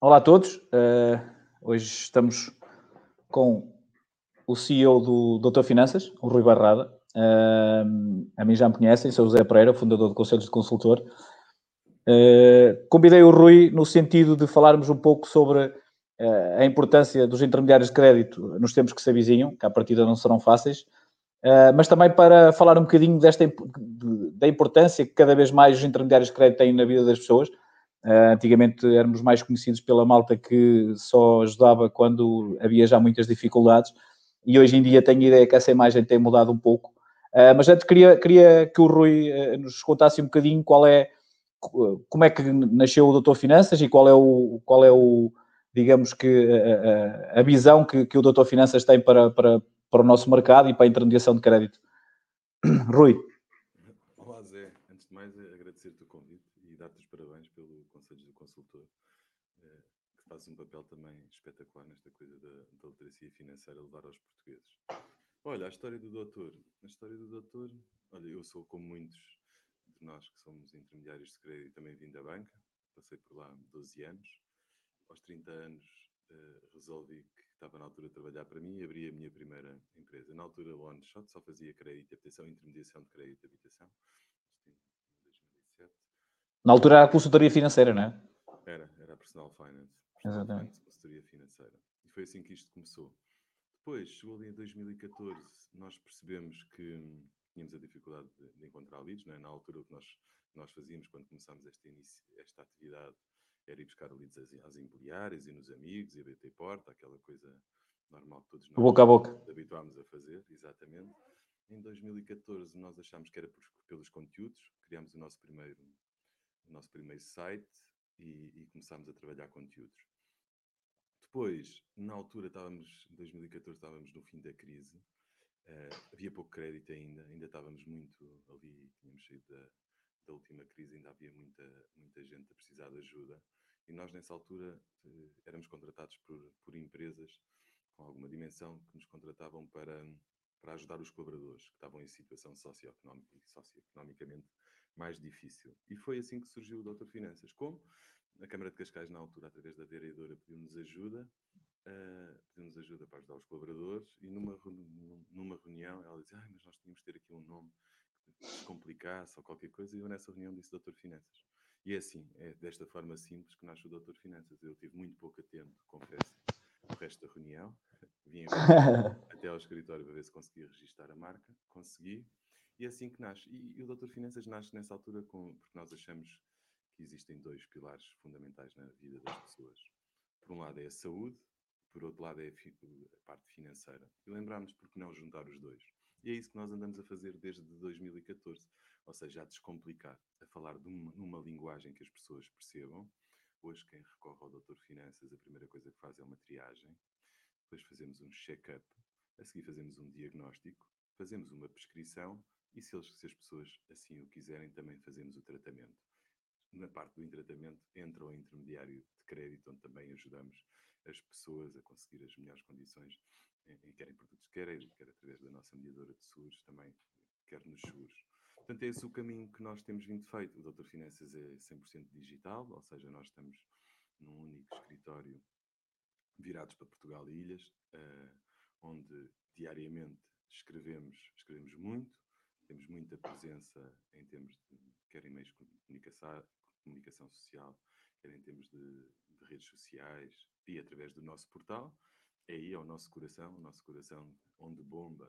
Olá a todos. Hoje estamos com o CEO do Doutor Finanças, o Rui Barrada. A mim já me conhecem, sou o José Pereira, fundador do Conselhos de Consultor. Convidei o Rui no sentido de falarmos um pouco sobre a importância dos intermediários de crédito nos tempos que se avizinham, que à partida não serão fáceis, mas também para falar um bocadinho da importância que cada vez mais os intermediários de crédito têm na vida das pessoas. Antigamente éramos mais conhecidos pela malta que só ajudava quando havia já muitas dificuldades, e hoje em dia tenho a ideia que essa imagem tem mudado um pouco. Mas antes queria que o Rui nos contasse um bocadinho como é que nasceu o Doutor Finanças e qual é o digamos que a visão que o Doutor Finanças tem para o nosso mercado e para a intermediação de crédito. Rui. Olá Zé, antes de mais agradecer-te o convite e dar-te os parabéns pelo Conselhos do Consultor, que faz um papel também espetacular nesta coisa da literacia financeira levar aos portugueses. Olha, a história do doutor. Olha, eu sou como muitos de nós que somos intermediários de crédito e também vim da banca, passei por lá 12 anos. Aos 30 anos resolvi que estava na altura de trabalhar para mim e abri a minha primeira empresa. Na altura, o OneShot só fazia crédito de habitação, intermediação de crédito de habitação. Isto em 2007. Na altura era a consultoria financeira, não é? Era a Personal Finance. Exatamente. Consultoria financeira. E foi assim que isto começou. Depois, chegou ali em 2014, nós percebemos que tínhamos a dificuldade de encontrar leads, não é? Na altura o que nós fazíamos quando começámos esta atividade era ir buscar leads às imobiliárias e nos amigos, e a bater porta, aquela coisa normal que todos nós Boca a boca. nos habituámos a fazer, exatamente. Em 2014 nós achámos que era pelos conteúdos, criámos o nosso primeiro site e começámos a trabalhar conteúdos. Depois, na altura, em 2014, estávamos no fim da crise, havia pouco crédito ainda estávamos muito ali, tínhamos saído da última crise, ainda havia muita gente a precisar de ajuda, e nós nessa altura éramos contratados por empresas com alguma dimensão que nos contratavam para ajudar os colaboradores que estavam em situação socioeconomicamente mais difícil. E foi assim que surgiu o Doutor Finanças. Como? A Câmara de Cascais, na altura, através da vereadora, pediu-nos ajuda para ajudar os colaboradores, e numa reunião ela disse, mas nós tínhamos de ter aqui um nome que descomplicasse ou qualquer coisa, e eu nessa reunião disse Doutor Finanças. E é assim, é desta forma simples que nasce o Doutor Finanças. Eu tive muito pouco tempo, confesso, o resto da reunião, vim até ao escritório para ver se conseguia registar a marca, consegui, e é assim que nasce. E o Doutor Finanças nasce nessa altura porque nós achamos que existem dois pilares fundamentais na vida das pessoas. Por um lado é a saúde, por outro lado é a parte financeira. E lembramos porque não juntar os dois. E é isso que nós andamos a fazer desde 2014. Ou seja, a descomplicar, a falar numa linguagem que as pessoas percebam. Hoje, quem recorre ao Doutor Finanças, a primeira coisa que faz é uma triagem. Depois fazemos um check-up. A seguir fazemos um diagnóstico. Fazemos uma prescrição. E se as pessoas assim o quiserem, também fazemos o tratamento. Na parte do tratamento entra o intermediário de crédito, onde também ajudamos as pessoas a conseguir as melhores condições, quer em produtos de crédito, quer através da nossa mediadora de seguros, também quer nos seguros. Portanto, é esse o caminho que nós temos vindo feito. O Doutor Finanças é 100% digital, ou seja, nós estamos num único escritório virados para Portugal e ilhas, onde diariamente escrevemos muito, temos muita presença em termos de quer em meios de comunicação social, quer em termos de redes sociais e através do nosso portal. É aí o nosso coração onde bomba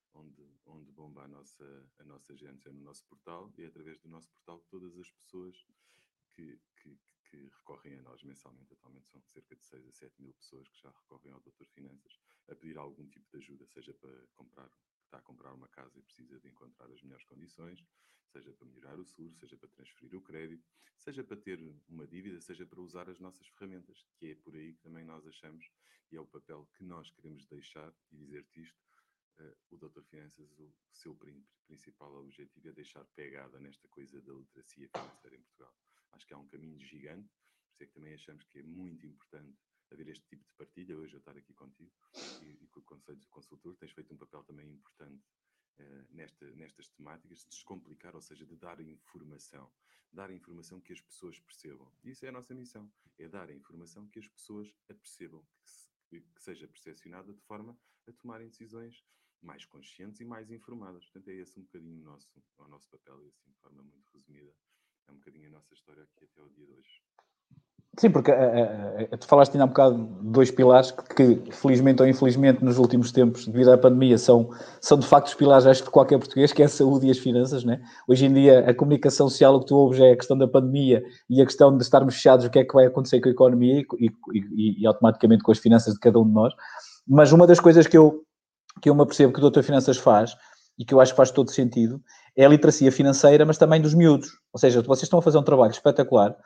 a nossa gente, é no nosso portal, e é através do nosso portal que todas as pessoas que recorrem a nós mensalmente. Atualmente são cerca de 6 a 7 mil pessoas que já recorrem ao Doutor Finanças a pedir algum tipo de ajuda, seja para está a comprar uma casa e precisa de encontrar as melhores condições, seja para melhorar o seguro, seja para transferir o crédito, seja para ter uma dívida, seja para usar as nossas ferramentas, que é por aí que também nós achamos, e é o papel que nós queremos deixar, e dizer-te isto, o Doutor Finanças, o seu principal objetivo é deixar pegada nesta coisa da literacia financeira em Portugal. Acho que há um caminho gigante, por isso é que também achamos que é muito importante haver este tipo de partilha. Hoje eu estar aqui contigo e com o Conselho de Consultor, tens feito um papel também importante nestas temáticas, de descomplicar, ou seja, de dar informação que as pessoas percebam. E isso é a nossa missão, é dar a informação que as pessoas a percebam, que seja percepcionada de forma a tomarem decisões mais conscientes e mais informadas. Portanto, é esse um bocadinho o nosso papel, e assim, de forma muito resumida, é um bocadinho a nossa história aqui até o dia de hoje. Sim, porque tu falaste ainda há um bocado de dois pilares que, felizmente ou infelizmente, nos últimos tempos, devido à pandemia, são de facto os pilares, acho que de qualquer português, que é a saúde e as finanças, né? Hoje em dia, a comunicação social, o que tu ouves é a questão da pandemia e a questão de estarmos fechados, o que é que vai acontecer com a economia e automaticamente com as finanças de cada um de nós. Mas uma das coisas que eu me apercebo que o Doutor Finanças faz, e que eu acho que faz todo sentido, é a literacia financeira, mas também dos miúdos. Ou seja, vocês estão a fazer um trabalho espetacular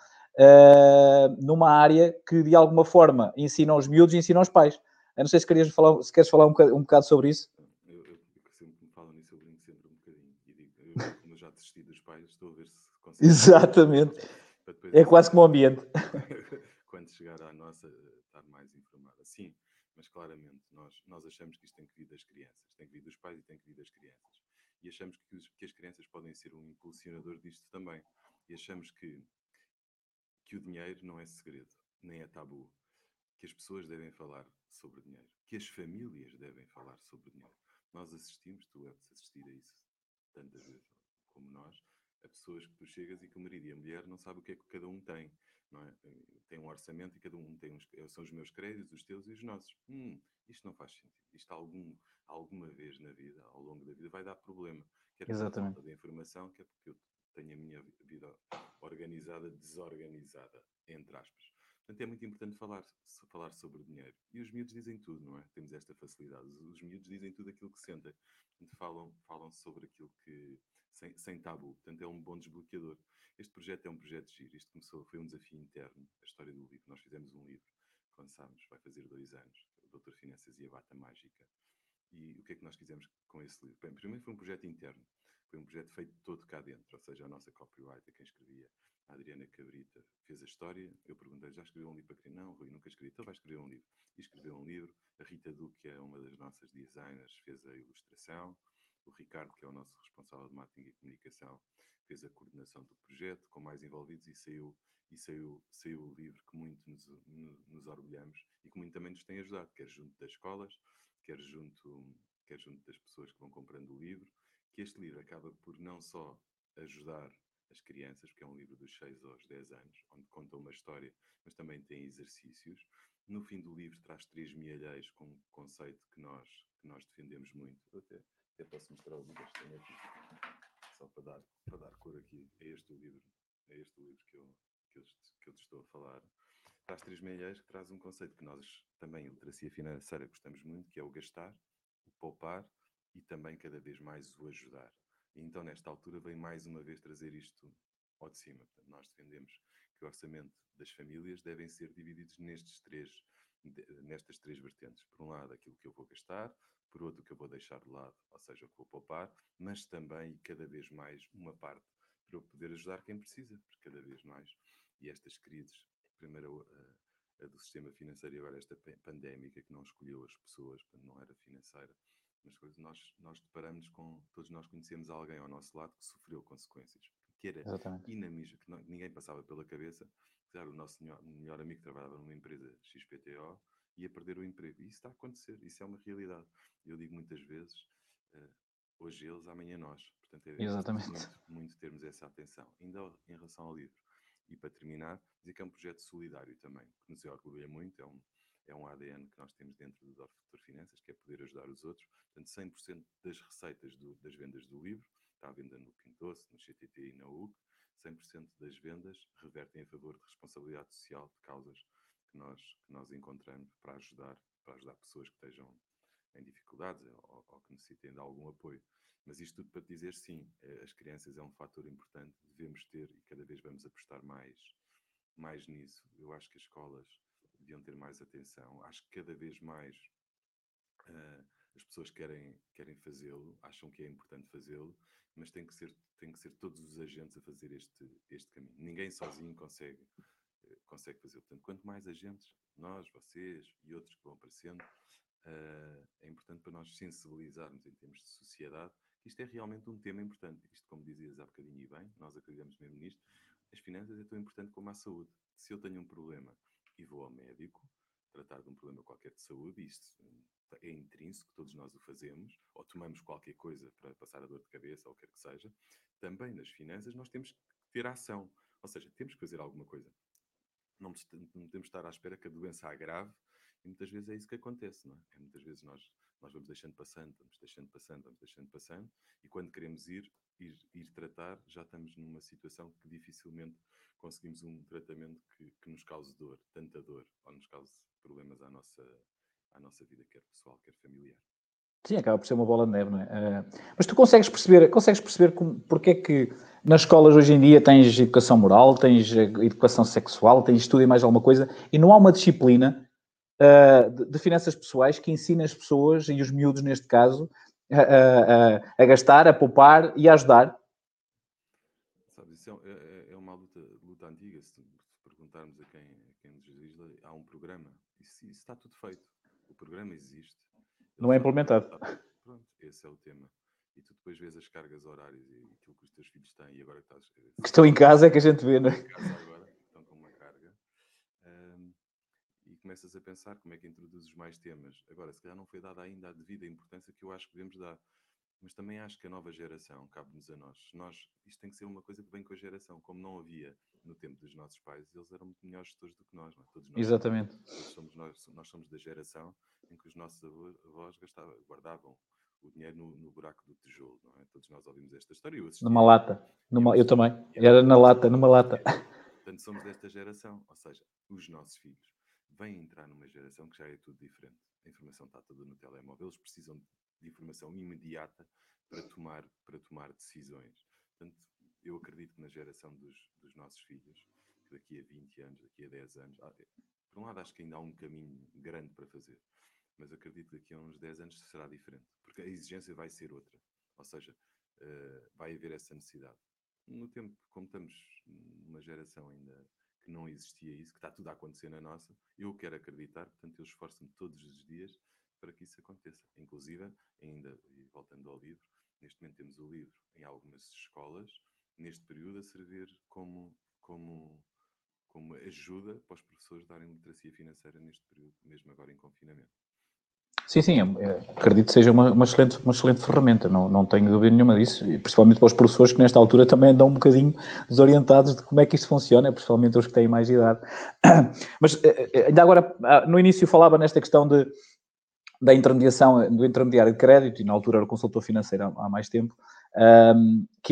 numa área que, de alguma forma, ensina aos miúdos e ensina aos pais. Eu não sei se queres falar um bocado sobre isso. Eu sempre que me falam nisso, eu brinco sempre um bocadinho. E digo, como eu já desisti dos pais, estou a ver se consigo... Exatamente. É quase como o ambiente. Quando chegar à nossa, estar mais informada. Sim, mas claramente nós achamos que isto tem que vir das crianças, tem que vir dos pais e tem que vir das crianças. E achamos que as crianças podem ser um impulsionador disto também. E achamos que o dinheiro não é segredo, nem é tabu. Que as pessoas devem falar sobre dinheiro. Que as famílias devem falar sobre dinheiro. Nós assistimos, tu deves assistir a isso tantas vezes como nós, a pessoas que tu chegas e que o marido e a mulher não sabem o que é que cada um tem. Não é? Tem um orçamento e cada um tem são os meus créditos, os teus e os nossos. Isto não faz sentido. Isto alguma vez na vida, ao longo da vida, vai dar problema. Quer pela falta de informação, quer porque eu tenho a minha vida organizada, desorganizada, entre aspas. Portanto, é muito importante falar sobre dinheiro. E os miúdos dizem tudo, não é? Temos esta facilidade. Os miúdos dizem tudo aquilo que sentem. Portanto, falam sobre aquilo que... Sem tabu. Portanto, é um bom desbloqueador. Este projeto é um projeto de giro. Isto foi um desafio interno, a história do livro. Nós fizemos um livro, que lançámos, vai fazer 2 anos, o Doutor Finanças e a Bata Mágica. E o que é que nós fizemos com esse livro? Bem, primeiro foi um projeto interno. Foi um projeto feito todo cá dentro. Ou seja, a nossa copywriter, quem escrevia, a Adriana Cabrita, fez a história. Eu perguntei, já escreveu um livro para criança? Não, Rui, nunca escrevi. Então vai escrever um livro. E escreveu um livro. A Rita Duque, que é uma das nossas designers, fez a ilustração. O Ricardo, que é o nosso responsável de marketing e comunicação, fez a coordenação do projeto, com mais envolvidos, e saiu o livro que muito nos orgulhamos e que muito também nos tem ajudado, quer junto das escolas, quer junto das pessoas que vão comprando o livro, que este livro acaba por não só ajudar as crianças, porque é um livro dos 6 aos 10 anos, onde conta uma história, mas também tem exercícios. No fim do livro traz 3 milhalheiros com um conceito que nós defendemos muito. Eu até posso mostrar o livro que tenho aqui, só para dar cor aqui. É este o livro que eu te estou a falar. Traz 3 milhalheiros, que traz um conceito que nós também, em literacia financeira, gostamos muito, que é o gastar, o poupar e também cada vez mais o ajudar. E então, nesta altura, vem mais uma vez trazer isto ao de cima. Portanto, nós defendemos que o orçamento das famílias devem ser divididos nestas 3 vertentes. Por um lado, aquilo que eu vou gastar, por outro, o que eu vou deixar de lado, ou seja, o que vou poupar, mas também, cada vez mais, uma parte para eu poder ajudar quem precisa, porque cada vez mais. E estas crises, primeiro a do sistema financeiro e agora esta pandémica que não escolheu as pessoas, portanto não era financeira, mas coisas, nós deparamos com, todos nós conhecemos alguém ao nosso lado que sofreu consequências, que era inadmissível, que ninguém passava pela cabeça. Claro, o nosso melhor amigo trabalhava numa empresa XPTO e ia perder o emprego. E isso está a acontecer, isso é uma realidade. Eu digo muitas vezes, hoje eles, amanhã nós. Portanto, é muito termos essa atenção. Ainda em relação ao livro. E para terminar, dizer que é um projeto solidário também, que nos orgulha muito, é um ADN que nós temos dentro do Doutor Finanças, que é poder ajudar os outros. Portanto, 100% das receitas das vendas do livro, está à venda no Quintoce, no CTT e na UC, 100% das vendas revertem a favor de responsabilidade social de causas que nós encontramos para ajudar pessoas que estejam em dificuldades ou que necessitem de algum apoio. Mas isto tudo para te dizer, sim, as crianças é um fator importante, devemos ter e cada vez vamos apostar mais nisso. Eu acho que as escolas deviam ter mais atenção. Acho que cada vez mais as pessoas querem fazê-lo, acham que é importante fazê-lo, mas tem que ser todos os agentes a fazer este caminho. Ninguém sozinho consegue fazê-lo. Portanto, quanto mais agentes, nós, vocês e outros que vão aparecendo, é importante para nós sensibilizarmos em termos de sociedade Isto é realmente um tema importante. Isto, como dizias há bocadinho e bem, nós acreditamos mesmo nisto, as finanças é tão importante como a saúde. Se eu tenho um problema e vou ao médico tratar de um problema qualquer de saúde, isto é intrínseco, todos nós o fazemos, ou tomamos qualquer coisa para passar a dor de cabeça, ou o que quer que seja, também nas finanças nós temos que ter ação. Ou seja, temos que fazer alguma coisa. Não temos de estar à espera que a doença agrave, e muitas vezes é isso que acontece, não é? Muitas vezes nós vamos deixando passando, vamos deixando passando, e quando queremos ir tratar, já estamos numa situação que dificilmente conseguimos um tratamento que nos cause dor, tanta dor, ou nos cause problemas à nossa vida, quer pessoal, quer familiar. Sim, acaba por ser uma bola de neve, não é? Mas tu consegues perceber porque é que nas escolas hoje em dia tens educação moral, tens educação sexual, tens estudo e mais alguma coisa, e não há uma disciplina de finanças pessoais que ensina as pessoas, e os miúdos neste caso, a gastar, a poupar e a ajudar? Sabes, isso é uma luta antiga. Se perguntarmos a quem nos diz, há um programa. Isso está tudo feito. O programa existe. Ele Não é só não implementado. Pronto, esse é o tema. E tu depois vês as cargas horárias e aquilo que os teus filhos têm, e agora que estás. Que estão em casa é que a gente vê, não é? Em casa agora, estão com uma carga. E começas a pensar como é que introduzes mais temas. Agora, se calhar não foi dada ainda a devida importância que eu acho que devemos dar. Mas também acho que a nova geração cabe-nos a nós. Isto tem que ser uma coisa que vem com a geração. Como não havia no tempo dos nossos pais, eles eram muito melhores gestores do que nós. Não é? Exatamente. Nós somos da geração em que os nossos avós guardavam o dinheiro no buraco do tijolo. Não é? Todos nós ouvimos esta história e eu Numa assistia. lata. Eu também. E Era na muito lata, numa lata. Portanto, somos desta geração. Ou seja, os nossos filhos vêm entrar numa geração que já é tudo diferente. A informação está toda no telemóvel. Eles precisam de informação imediata para tomar decisões. Portanto, eu acredito que na geração dos nossos filhos, que daqui a 20 anos, daqui a 10 anos, por um lado acho que ainda há um caminho grande para fazer, mas acredito que daqui a uns 10 anos será diferente, porque a exigência vai ser outra. Ou seja, vai haver essa necessidade. No tempo, como estamos numa geração ainda que não existia isso, que está tudo a acontecer na nossa, eu quero acreditar, portanto eu esforço-me todos os dias para que isso aconteça. Inclusive, ainda, e voltando ao livro, neste momento temos o livro em algumas escolas, neste período a servir como ajuda para os professores darem literacia financeira neste período, mesmo agora em confinamento. Sim, acredito que seja uma excelente ferramenta, não tenho dúvida nenhuma disso, e principalmente para os professores que nesta altura também andam um bocadinho desorientados de como é que isto funciona, principalmente os que têm mais idade. Mas ainda agora, no início falava nesta questão da intermediação, do intermediário de crédito, e na altura era o consultor financeiro há mais tempo, que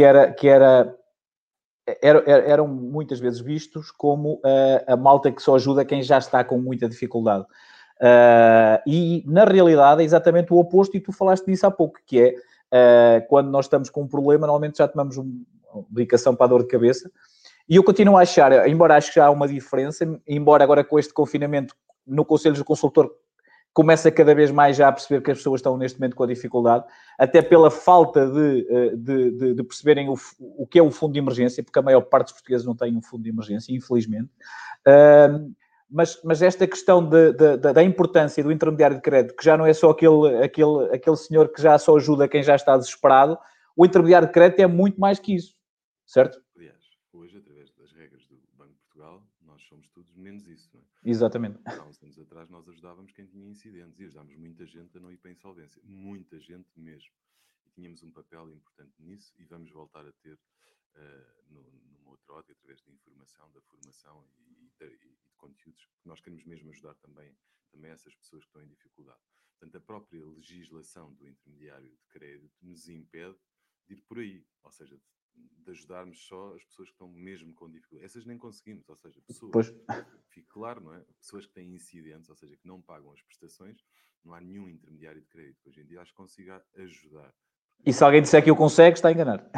eram muitas vezes vistos como a malta que só ajuda quem já está com muita dificuldade. E na realidade é exatamente o oposto, e tu falaste disso há pouco, que é quando nós estamos com um problema, normalmente já tomamos uma medicação para a dor de cabeça, e eu continuo a achar, embora acho que já há uma diferença, embora agora com este confinamento no Conselho do Consultor começa cada vez mais já a perceber que as pessoas estão neste momento com a dificuldade, até pela falta de perceberem o que é o fundo de emergência, porque a maior parte dos portugueses não tem um fundo de emergência, infelizmente. Mas esta questão da importância do intermediário de crédito, que já não é só aquele senhor que já só ajuda quem já está desesperado, o intermediário de crédito é muito mais que isso, certo? Aliás, hoje, através das regras do Banco de Portugal, nós somos todos menos isso, não é? Exatamente. Há uns anos atrás nós ajudávamos quem tinha incidentes e ajudámos muita gente a não ir para a insolvência. Muita gente mesmo. E tínhamos um papel importante nisso e vamos voltar a ter numa outra ótica, através da informação, da formação e de conteúdos, que nós queremos mesmo ajudar também essas pessoas que estão em dificuldade. Portanto, a própria legislação do intermediário de crédito nos impede de ir por aí, ou seja, de ajudarmos só as pessoas que estão mesmo com dificuldade. Essas nem conseguimos, ou seja, pessoas, Pois. fique claro, não é? Pessoas que têm incidentes, ou seja, que não pagam as prestações, não há nenhum intermediário de crédito que hoje em dia acho que consiga ajudar. E se alguém disser que o consegue, está a enganar.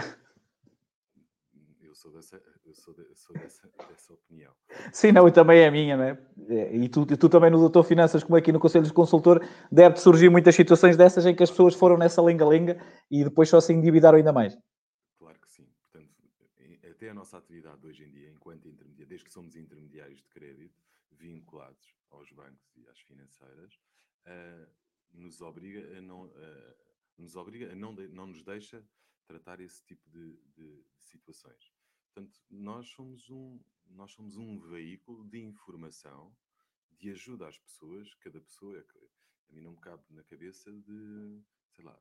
Eu sou dessa opinião. Sim, não, e também é a minha, não é? E tu também no Doutor Finanças, como aqui no Conselho de Consultor, deve surgir muitas situações dessas em que as pessoas foram nessa lenga-lenga e depois só se endividaram ainda mais. Claro que sim. Portanto, até a nossa atividade hoje em dia, enquanto intermediários, desde que somos intermediários de crédito, vinculados aos bancos e às financeiras, nos obriga nos obriga, não nos deixa tratar esse tipo de situações. Portanto, nós somos um veículo de informação, de ajuda às pessoas. Cada pessoa, a mim não me cabe na cabeça de, sei lá,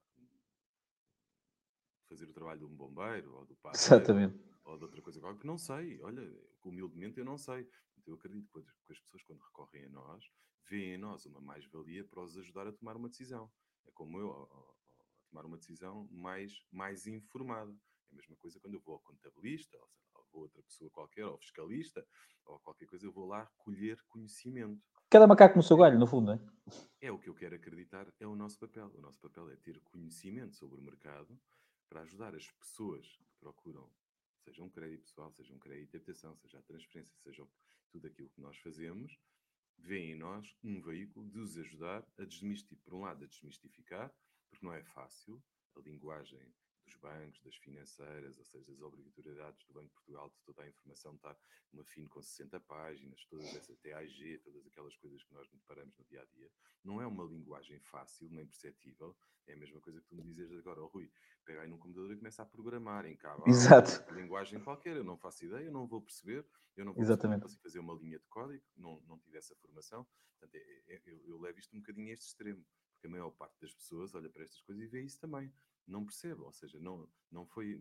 fazer o trabalho de um bombeiro, ou do padeiro, ou de outra coisa qualquer, que não sei. Olha, humildemente eu não sei. Eu acredito que as pessoas, quando recorrem a nós, veem em nós uma mais-valia para os ajudar a tomar uma decisão. É como eu, a tomar uma decisão mais informada. É a mesma coisa quando eu vou ao contabilista, ou sei lá, vou a outra pessoa qualquer, ou fiscalista, ou qualquer coisa, eu vou lá colher conhecimento. Cada macaco no seu galho, no fundo, não é? É o que eu quero acreditar, é o nosso papel. O nosso papel é ter conhecimento sobre o mercado para ajudar as pessoas que procuram, seja um crédito pessoal, seja um crédito de habitação, seja a transferência, seja tudo aquilo que nós fazemos, veem em nós um veículo de os ajudar a desmistificar, por um lado, a desmistificar, porque não é fácil a linguagem dos bancos, das financeiras, ou seja, das obrigatoriedades do Banco de Portugal, de toda a informação estar uma FIN com 60 páginas, todas essas TAG, todas aquelas coisas que nós nos deparamos no dia-a-dia. Não é uma linguagem fácil, nem perceptível. É a mesma coisa que tu me dizes agora, Rui, pega aí num computador e começa a programar em Cabal, linguagem qualquer, eu não faço ideia, eu não vou perceber, não consigo fazer uma linha de código, não tive essa formação. Portanto, eu levo isto um bocadinho a este extremo, porque a maior parte das pessoas olha para estas coisas e vê isso também. Não percebe, ou seja, não foi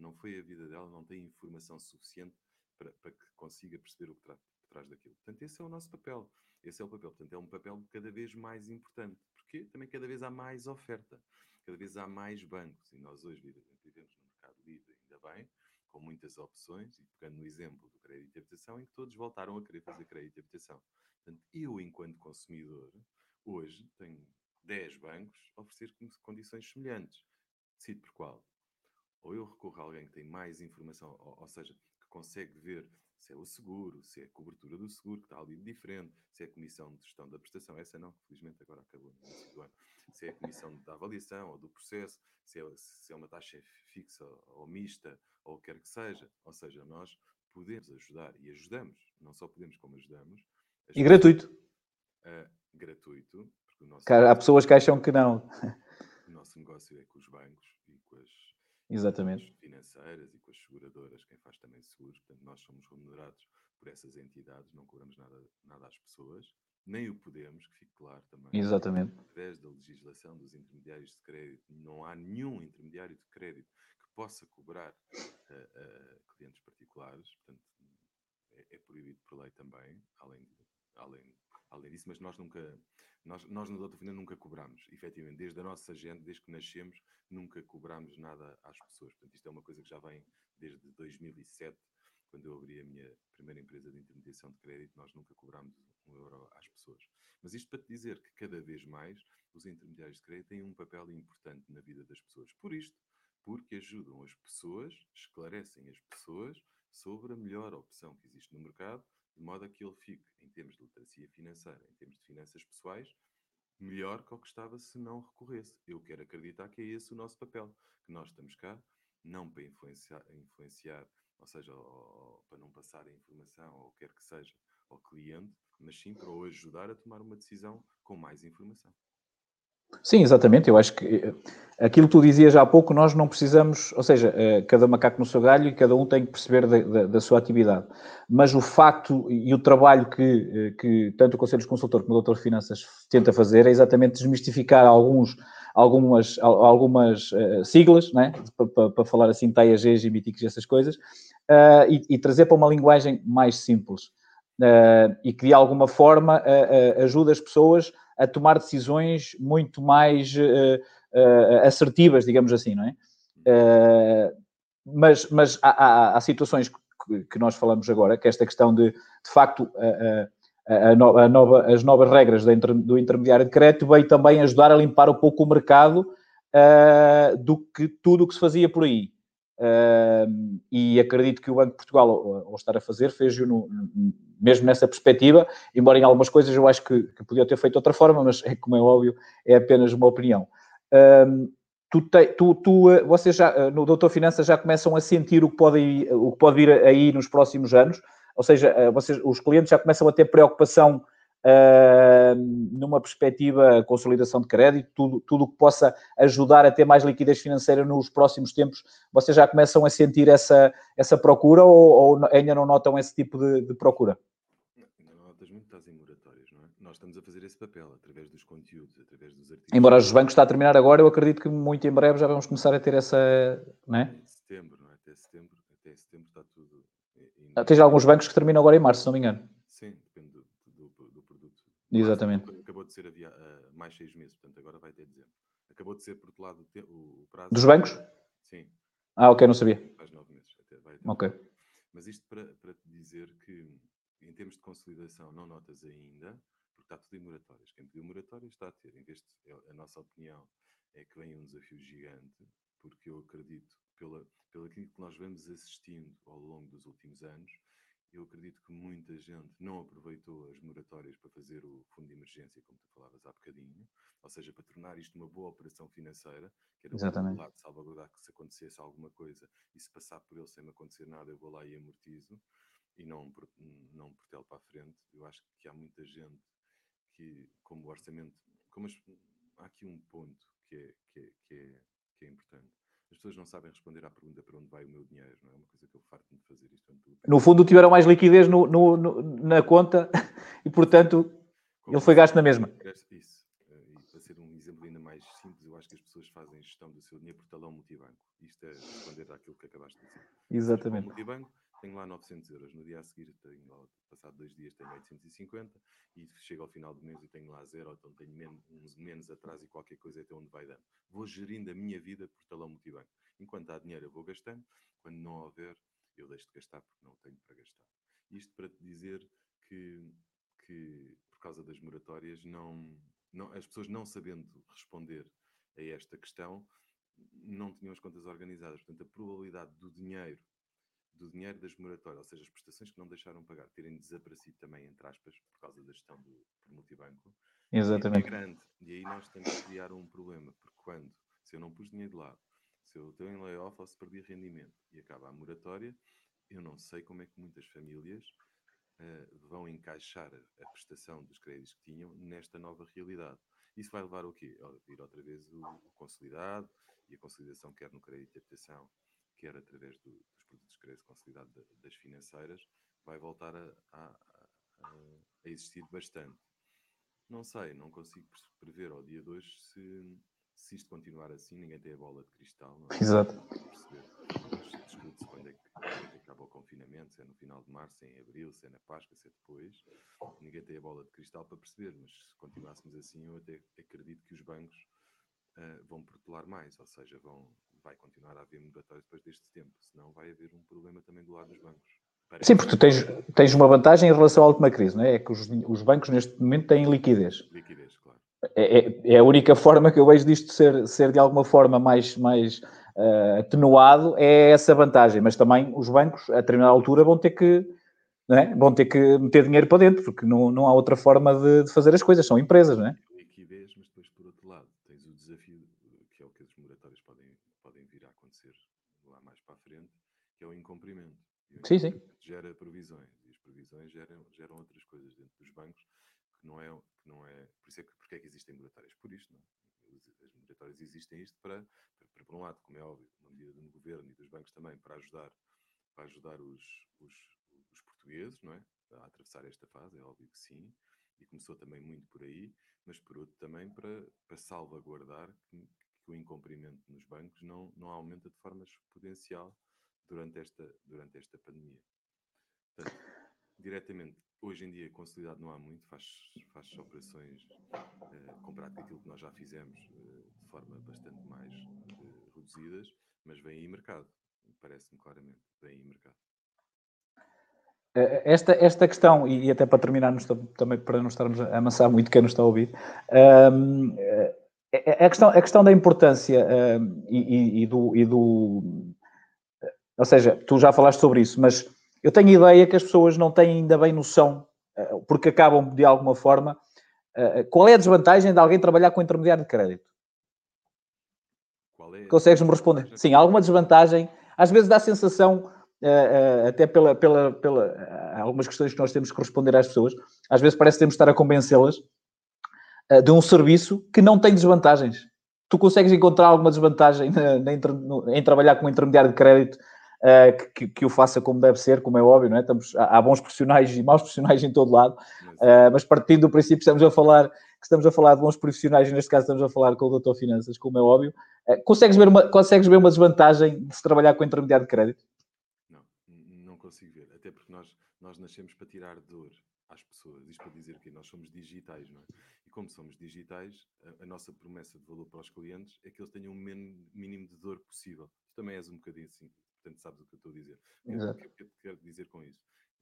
a vida dela, não tem informação suficiente para que consiga perceber o que por trás daquilo. Portanto, esse é o nosso papel. Esse é o papel. Portanto, é um papel cada vez mais importante, porque também cada vez há mais oferta, cada vez há mais bancos, e nós hoje vivemos no mercado livre, ainda bem, com muitas opções, e pegando no exemplo do crédito de habitação, em que todos voltaram a querer fazer crédito de habitação. Portanto, eu, enquanto consumidor, hoje tenho 10 bancos a oferecer condições semelhantes. Decido por qual. Ou eu recorro a alguém que tem mais informação, ou seja, que consegue ver se é o seguro, se é a cobertura do seguro, que está ali diferente, se é a comissão de gestão da prestação, essa não, felizmente agora acabou no início do ano, se é a comissão da avaliação ou do processo, se é uma taxa fixa ou mista, ou o que quer que seja. Ou seja, nós podemos ajudar e ajudamos, não só podemos como ajudamos. E gratuito. Gratuito. Porque há pessoas que acham que não. O nosso negócio é com os bancos e com as financeiras e com as seguradoras, quem faz também seguros. Portanto, nós somos remunerados por essas entidades, não cobramos nada às pessoas, nem o podemos, que fique claro também. Exatamente. Através da legislação dos intermediários de crédito, não há nenhum intermediário de crédito que possa cobrar clientes particulares. Portanto, é proibido por lei também, além disso, mas nós na Doutor Fernando nunca cobramos, efetivamente, desde a nossa agenda, desde que nascemos, nunca cobramos nada às pessoas. Portanto, isto é uma coisa que já vem desde 2007, quando eu abri a minha primeira empresa de intermediação de crédito, nós nunca cobrámos €1 às pessoas. Mas isto para te dizer que cada vez mais os intermediários de crédito têm um papel importante na vida das pessoas. Porque ajudam as pessoas, esclarecem as pessoas sobre a melhor opção que existe no mercado, de modo a que ele fique, em termos de literacia financeira, em termos de finanças pessoais, melhor que o que estava se não recorresse. Eu quero acreditar que é esse o nosso papel, que nós estamos cá, não para influenciar, ou seja, para não passar a informação, ou o que quer que seja, ao cliente, mas sim para o ajudar a tomar uma decisão com mais informação. Sim, exatamente. Eu acho que aquilo que tu dizias há pouco, nós não precisamos, ou seja, cada macaco no seu galho e cada um tem que perceber da sua atividade. Mas o facto e o trabalho que tanto o Conselho de Consultor como o Doutor Finanças tenta fazer é exatamente desmistificar algumas siglas, né? Para falar assim, TAEGs e MITICs e essas coisas, e trazer para uma linguagem mais simples. E que de alguma forma ajuda as pessoas a tomar decisões muito mais assertivas, digamos assim, não é? Mas há situações que nós falamos agora, que esta questão de facto, as novas regras do intermediário de crédito veio também ajudar a limpar um pouco o mercado do que tudo o que se fazia por aí. E acredito que o Banco de Portugal, ao estar a fazer, fez-o mesmo nessa perspectiva, embora em algumas coisas eu acho que podia ter feito de outra forma, mas como é óbvio, é apenas uma opinião. Vocês já, no Doutor Finanças, já começam a sentir o que pode vir aí nos próximos anos? Ou seja, os clientes já começam a ter preocupação numa perspectiva de consolidação de crédito, tudo o que possa ajudar a ter mais liquidez financeira nos próximos tempos, vocês já começam a sentir essa procura ou ainda não notam esse tipo de procura? Não notas muito, estás em moratórias, não é? Nós estamos a fazer esse papel através dos conteúdos, através dos artigos. Embora os bancos está a terminar agora, eu acredito que muito em breve já vamos começar a ter essa, não é? Em setembro, não é? Até setembro está tudo... Tens alguns bancos que terminam agora em março, se não me engano. Sim, depende do produto. Exatamente. Acabou de ser mais 6 meses, portanto agora vai até dezembro. Acabou de ser por outro lado o prazo... Dos bancos? Sim. Ah, ok, não sabia. Faz 9 meses. Vai até ok. Mas isto para te dizer que, em termos de consolidação, não notas ainda, porque está tudo em moratórias. Quem pediu moratórias está a ter. Em vez de, a nossa opinião é que vem um desafio gigante, porque eu acredito, pelo aquilo que nós vamos assistindo ao longo dos últimos anos, eu acredito que muita gente não aproveitou as moratórias para fazer o fundo de emergência, como tu falavas há bocadinho, ou seja, para tornar isto uma boa operação financeira, que era um lado de salvaguardar que se acontecesse alguma coisa e se passar por ele sem me acontecer nada, eu vou lá e amortizo, e não portelo para a frente. Eu acho que há muita gente que, como o orçamento... há aqui um ponto que é importante. As pessoas não sabem responder à pergunta para onde vai o meu dinheiro, não é? Uma coisa que eu farto-me de fazer isto. No fundo, tiveram mais liquidez na conta e, portanto, ele foi gasto na mesma. Isso. E para ser um exemplo ainda mais simples, eu acho que as pessoas fazem gestão do seu dinheiro por talão multibanco. Isto é responder àquilo que acabaste de dizer. Exatamente. Seja, multibanco, tenho lá 900 euros. No dia a seguir, passado 2 dias, tenho 850 e chego ao final do mês e tenho lá 0, então tenho menos atrás e qualquer coisa até onde vai dando. Vou gerindo a minha vida por talão multibanco. Enquanto há dinheiro, eu vou gastando. Quando não houver, eu deixo de gastar porque não tenho para gastar. Isto para te dizer que por causa das moratórias, as pessoas não sabendo responder a esta questão, não tinham as contas organizadas. Portanto, a probabilidade do dinheiro das moratórias, ou seja, as prestações que não deixaram pagar, terem desaparecido também, entre aspas, por causa da gestão por multibanco, Exatamente. é grande. E aí nós estamos a criar um problema, porque se eu não pus dinheiro de lado, se eu estou em layoff ou se perdi rendimento e acaba a moratória, eu não sei como é que muitas famílias vão encaixar a prestação dos créditos que tinham nesta nova realidade. Isso vai levar ao quê? A ir outra vez o consolidado e a consolidação, quer no crédito de habitação, quer através dos produtos de crédito consolidado das financeiras, vai voltar a existir bastante. Não sei, não consigo prever ao dia de hoje se isto continuar assim. Ninguém tem a bola de cristal, não é? Exato. Discute-se quando é que acaba o confinamento, se é no final de março, se é em abril, se é na Páscoa, se é depois. Ninguém tem a bola de cristal para perceber, mas se continuássemos assim, eu até acredito que os bancos vão protelar mais, ou seja, vai continuar a haver moratórias depois deste tempo, senão vai haver um problema também do lado dos bancos. Sim, porque tu tens uma vantagem em relação à última crise, não é? É que os bancos neste momento têm liquidez. Liquidez, claro. É a única forma que eu vejo disto ser de alguma forma mais atenuado, é essa vantagem. Mas também os bancos, a determinada altura, vão ter que meter dinheiro para dentro, porque não há outra forma de fazer as coisas, são empresas, não é? Liquidez, mas depois, por outro lado, tens o desafio, que é o que as moratórias podem vir a acontecer lá mais para a frente, que é o incumprimento. Sim. Gera provisões, e as provisões geram outras coisas dentro dos bancos, que não é por isso porque é que existem moratórias? Por isto, não é? As moratórias existem por um lado, como é óbvio, uma medida do governo e dos bancos também, para ajudar os portugueses, não é? A atravessar esta fase, é óbvio que sim, e começou também muito por aí, mas por outro também para salvaguardar que o incumprimento nos bancos não aumenta de forma exponencial durante esta pandemia. Portanto, diretamente, hoje em dia, consolidado não há muito, faz operações com prática aquilo que nós já fizemos de forma bastante mais reduzidas, mas vem aí mercado, parece-me claramente, vem aí mercado. Esta questão, e até para terminarmos também, para não estarmos a amassar muito quem nos está a ouvir, a questão da importância ou seja, tu já falaste sobre isso, mas eu tenho ideia que as pessoas não têm ainda bem noção, porque acabam de alguma forma, qual é a desvantagem de alguém trabalhar com intermediário de crédito? Qual é? Consegues-me responder? Sim, alguma desvantagem? Às vezes dá a sensação até pela algumas questões que nós temos que responder às pessoas, às vezes parece que temos de estar a convencê-las de um serviço que não tem desvantagens. Tu consegues encontrar alguma desvantagem em trabalhar com um intermediário de crédito que o faça como deve ser, como é óbvio, não é? Há bons profissionais e maus profissionais em todo lado, mas partindo do princípio que estamos a falar de bons profissionais, e neste caso estamos a falar com o Dr. Finanças, como é óbvio, consegues ver uma desvantagem de se trabalhar com intermediário de crédito? Não consigo ver, até porque nós nascemos para tirar dor às pessoas, isto para dizer que nós somos digitais, não é? E como somos digitais, a nossa promessa de valor para os clientes é que eles tenham o mínimo de dor possível. Tu também és um bocadinho assim, portanto sabes o que eu estou a dizer. O que eu quero dizer com isso?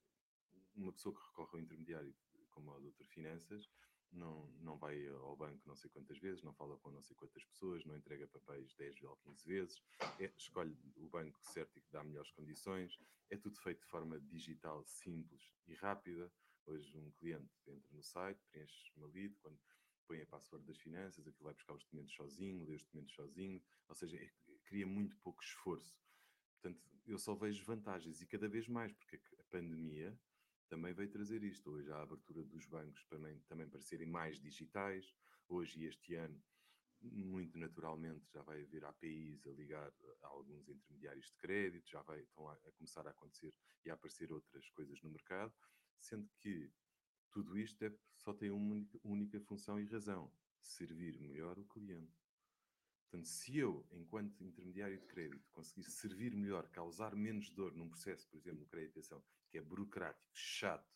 Uma pessoa que recorre ao intermediário, como ao Dr. Finanças, não vai ao banco não sei quantas vezes, não fala com não sei quantas pessoas, não entrega papéis 10 ou 15 vezes, escolhe o banco certo e que dá melhores condições, é tudo feito de forma digital, simples e rápida. Hoje um cliente entra no site, preenche uma lead, quando põe a password das finanças, aquilo vai buscar os documentos sozinho, lê os documentos sozinho, ou seja, cria muito pouco esforço. Portanto, eu só vejo vantagens e cada vez mais, porque a pandemia também veio trazer isto. Hoje há a abertura dos bancos também para serem mais digitais. Hoje e este ano, muito naturalmente, já vai haver APIs a ligar a alguns intermediários de crédito, estão a começar a acontecer e a aparecer outras coisas no mercado, sendo que tudo isto só tem uma única função e razão: servir melhor o cliente. Portanto, se eu, enquanto intermediário de crédito, conseguir servir melhor, causar menos dor num processo, por exemplo, de creditação, que é burocrático, chato,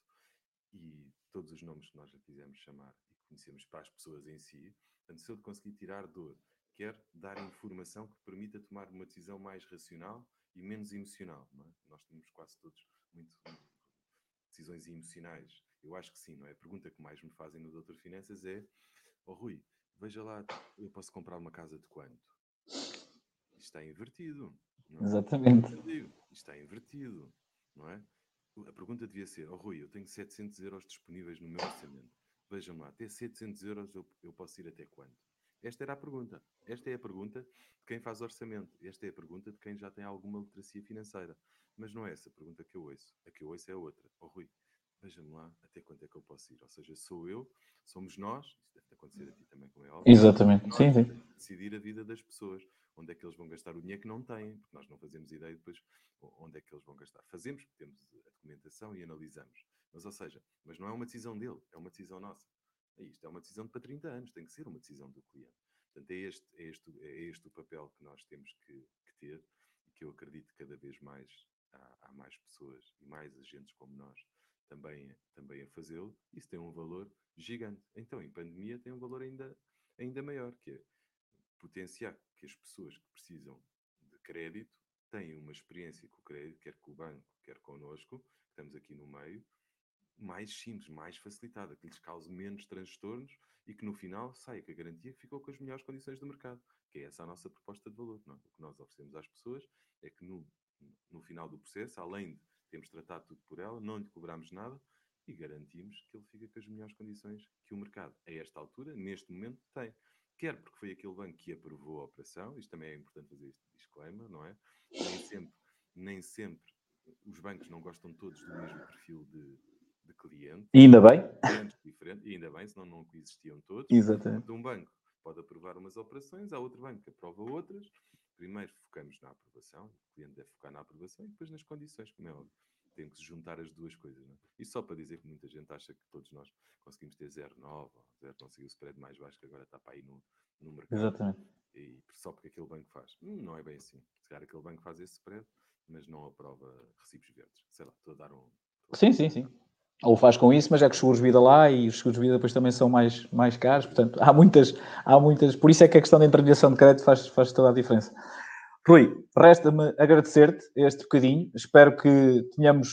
e todos os nomes que nós já quisemos chamar e que conhecemos para as pessoas em si, portanto, se eu conseguir tirar dor, quer dar informação que permita tomar uma decisão mais racional e menos emocional, não é? Nós temos quase todos muito decisões emocionais. Eu acho que sim, não é? A pergunta que mais me fazem no Dr. Finanças é: Rui, veja lá, eu posso comprar uma casa de quanto? Isto está invertido, não é? Exatamente. Eu digo, isto está invertido, não é? A pergunta devia ser: Rui, eu tenho 700 euros disponíveis no meu orçamento. Vejam lá, até 700 euros eu posso ir até quanto? Esta era a pergunta. Esta é a pergunta de quem faz orçamento. Esta é a pergunta de quem já tem alguma literacia financeira. Mas não é essa a pergunta que eu ouço. A que eu ouço é outra. Rui, veja-me lá até quanto é que eu posso ir. Ou seja, somos nós, isso deve acontecer a ti também, como é óbvio, Exatamente, nós sim, sim. decidir a vida das pessoas. Onde é que eles vão gastar o dinheiro que não têm, porque nós não fazemos ideia depois onde é que eles vão gastar. Fazemos, porque temos a documentação e analisamos. Mas, ou seja, mas não é uma decisão dele, é uma decisão nossa. Isto é uma decisão de para 30 anos, tem que ser uma decisão do cliente. Portanto, é este o papel que nós temos que ter e que eu acredito que cada vez mais há mais pessoas e mais agentes como nós também a fazê-lo. Isso tem um valor gigante. Então, em pandemia, tem um valor ainda maior, que é potenciar que as pessoas que precisam de crédito tenham uma experiência com o crédito, quer com o banco, quer connosco, que estamos aqui no meio, mais simples, mais facilitada, que lhes cause menos transtornos e que no final saia com a garantia que ficou com as melhores condições do mercado, que é essa a nossa proposta de valor. Não é? O que nós oferecemos às pessoas é que no final do processo, além de termos tratado tudo por ela, não lhe cobramos nada e garantimos que ele fica com as melhores condições que o mercado, a esta altura, neste momento, tem. Quer porque foi aquele banco que aprovou a operação, isto também é importante fazer este disclaimer, não é? Nem sempre os bancos não gostam todos do mesmo perfil de cliente. E ainda bem. Clientes diferentes, e ainda bem, senão não existiam todos. Exatamente. Um banco pode aprovar umas operações, há outro banco que aprova outras. Primeiro focamos na aprovação, o cliente deve focar na aprovação e depois nas condições, como é óbvio. Tem que se juntar as duas coisas. Não é? E só para dizer que muita gente acha que todos nós conseguimos ter 0,9 ou 0, conseguir o spread mais baixo que agora está para aí no mercado. Exatamente. E só porque aquele banco faz. Não é bem assim. Se calhar aquele banco faz esse spread, mas não aprova recibos verdes. Sei lá, estou a dar um... Sim. Ou faz com isso, mas é que os seguros de vida lá e os seguros de vida depois também são mais caros. Portanto, há muitas. Por isso é que a questão da intermediação de crédito faz toda a diferença. Rui, resta-me agradecer-te este bocadinho. Espero que tenhamos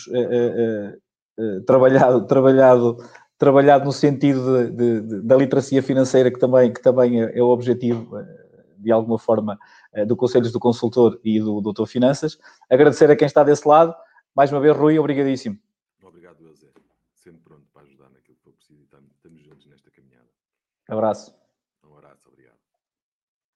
trabalhado no sentido da literacia financeira, que também é o objetivo, de alguma forma, do Conselhos do Consultor e do Doutor Finanças. Agradecer a quem está desse lado. Mais uma vez, Rui, obrigadíssimo. Obrigado, Eusé. Sempre pronto para ajudar naquilo que for preciso e estamos juntos nesta caminhada. Abraço.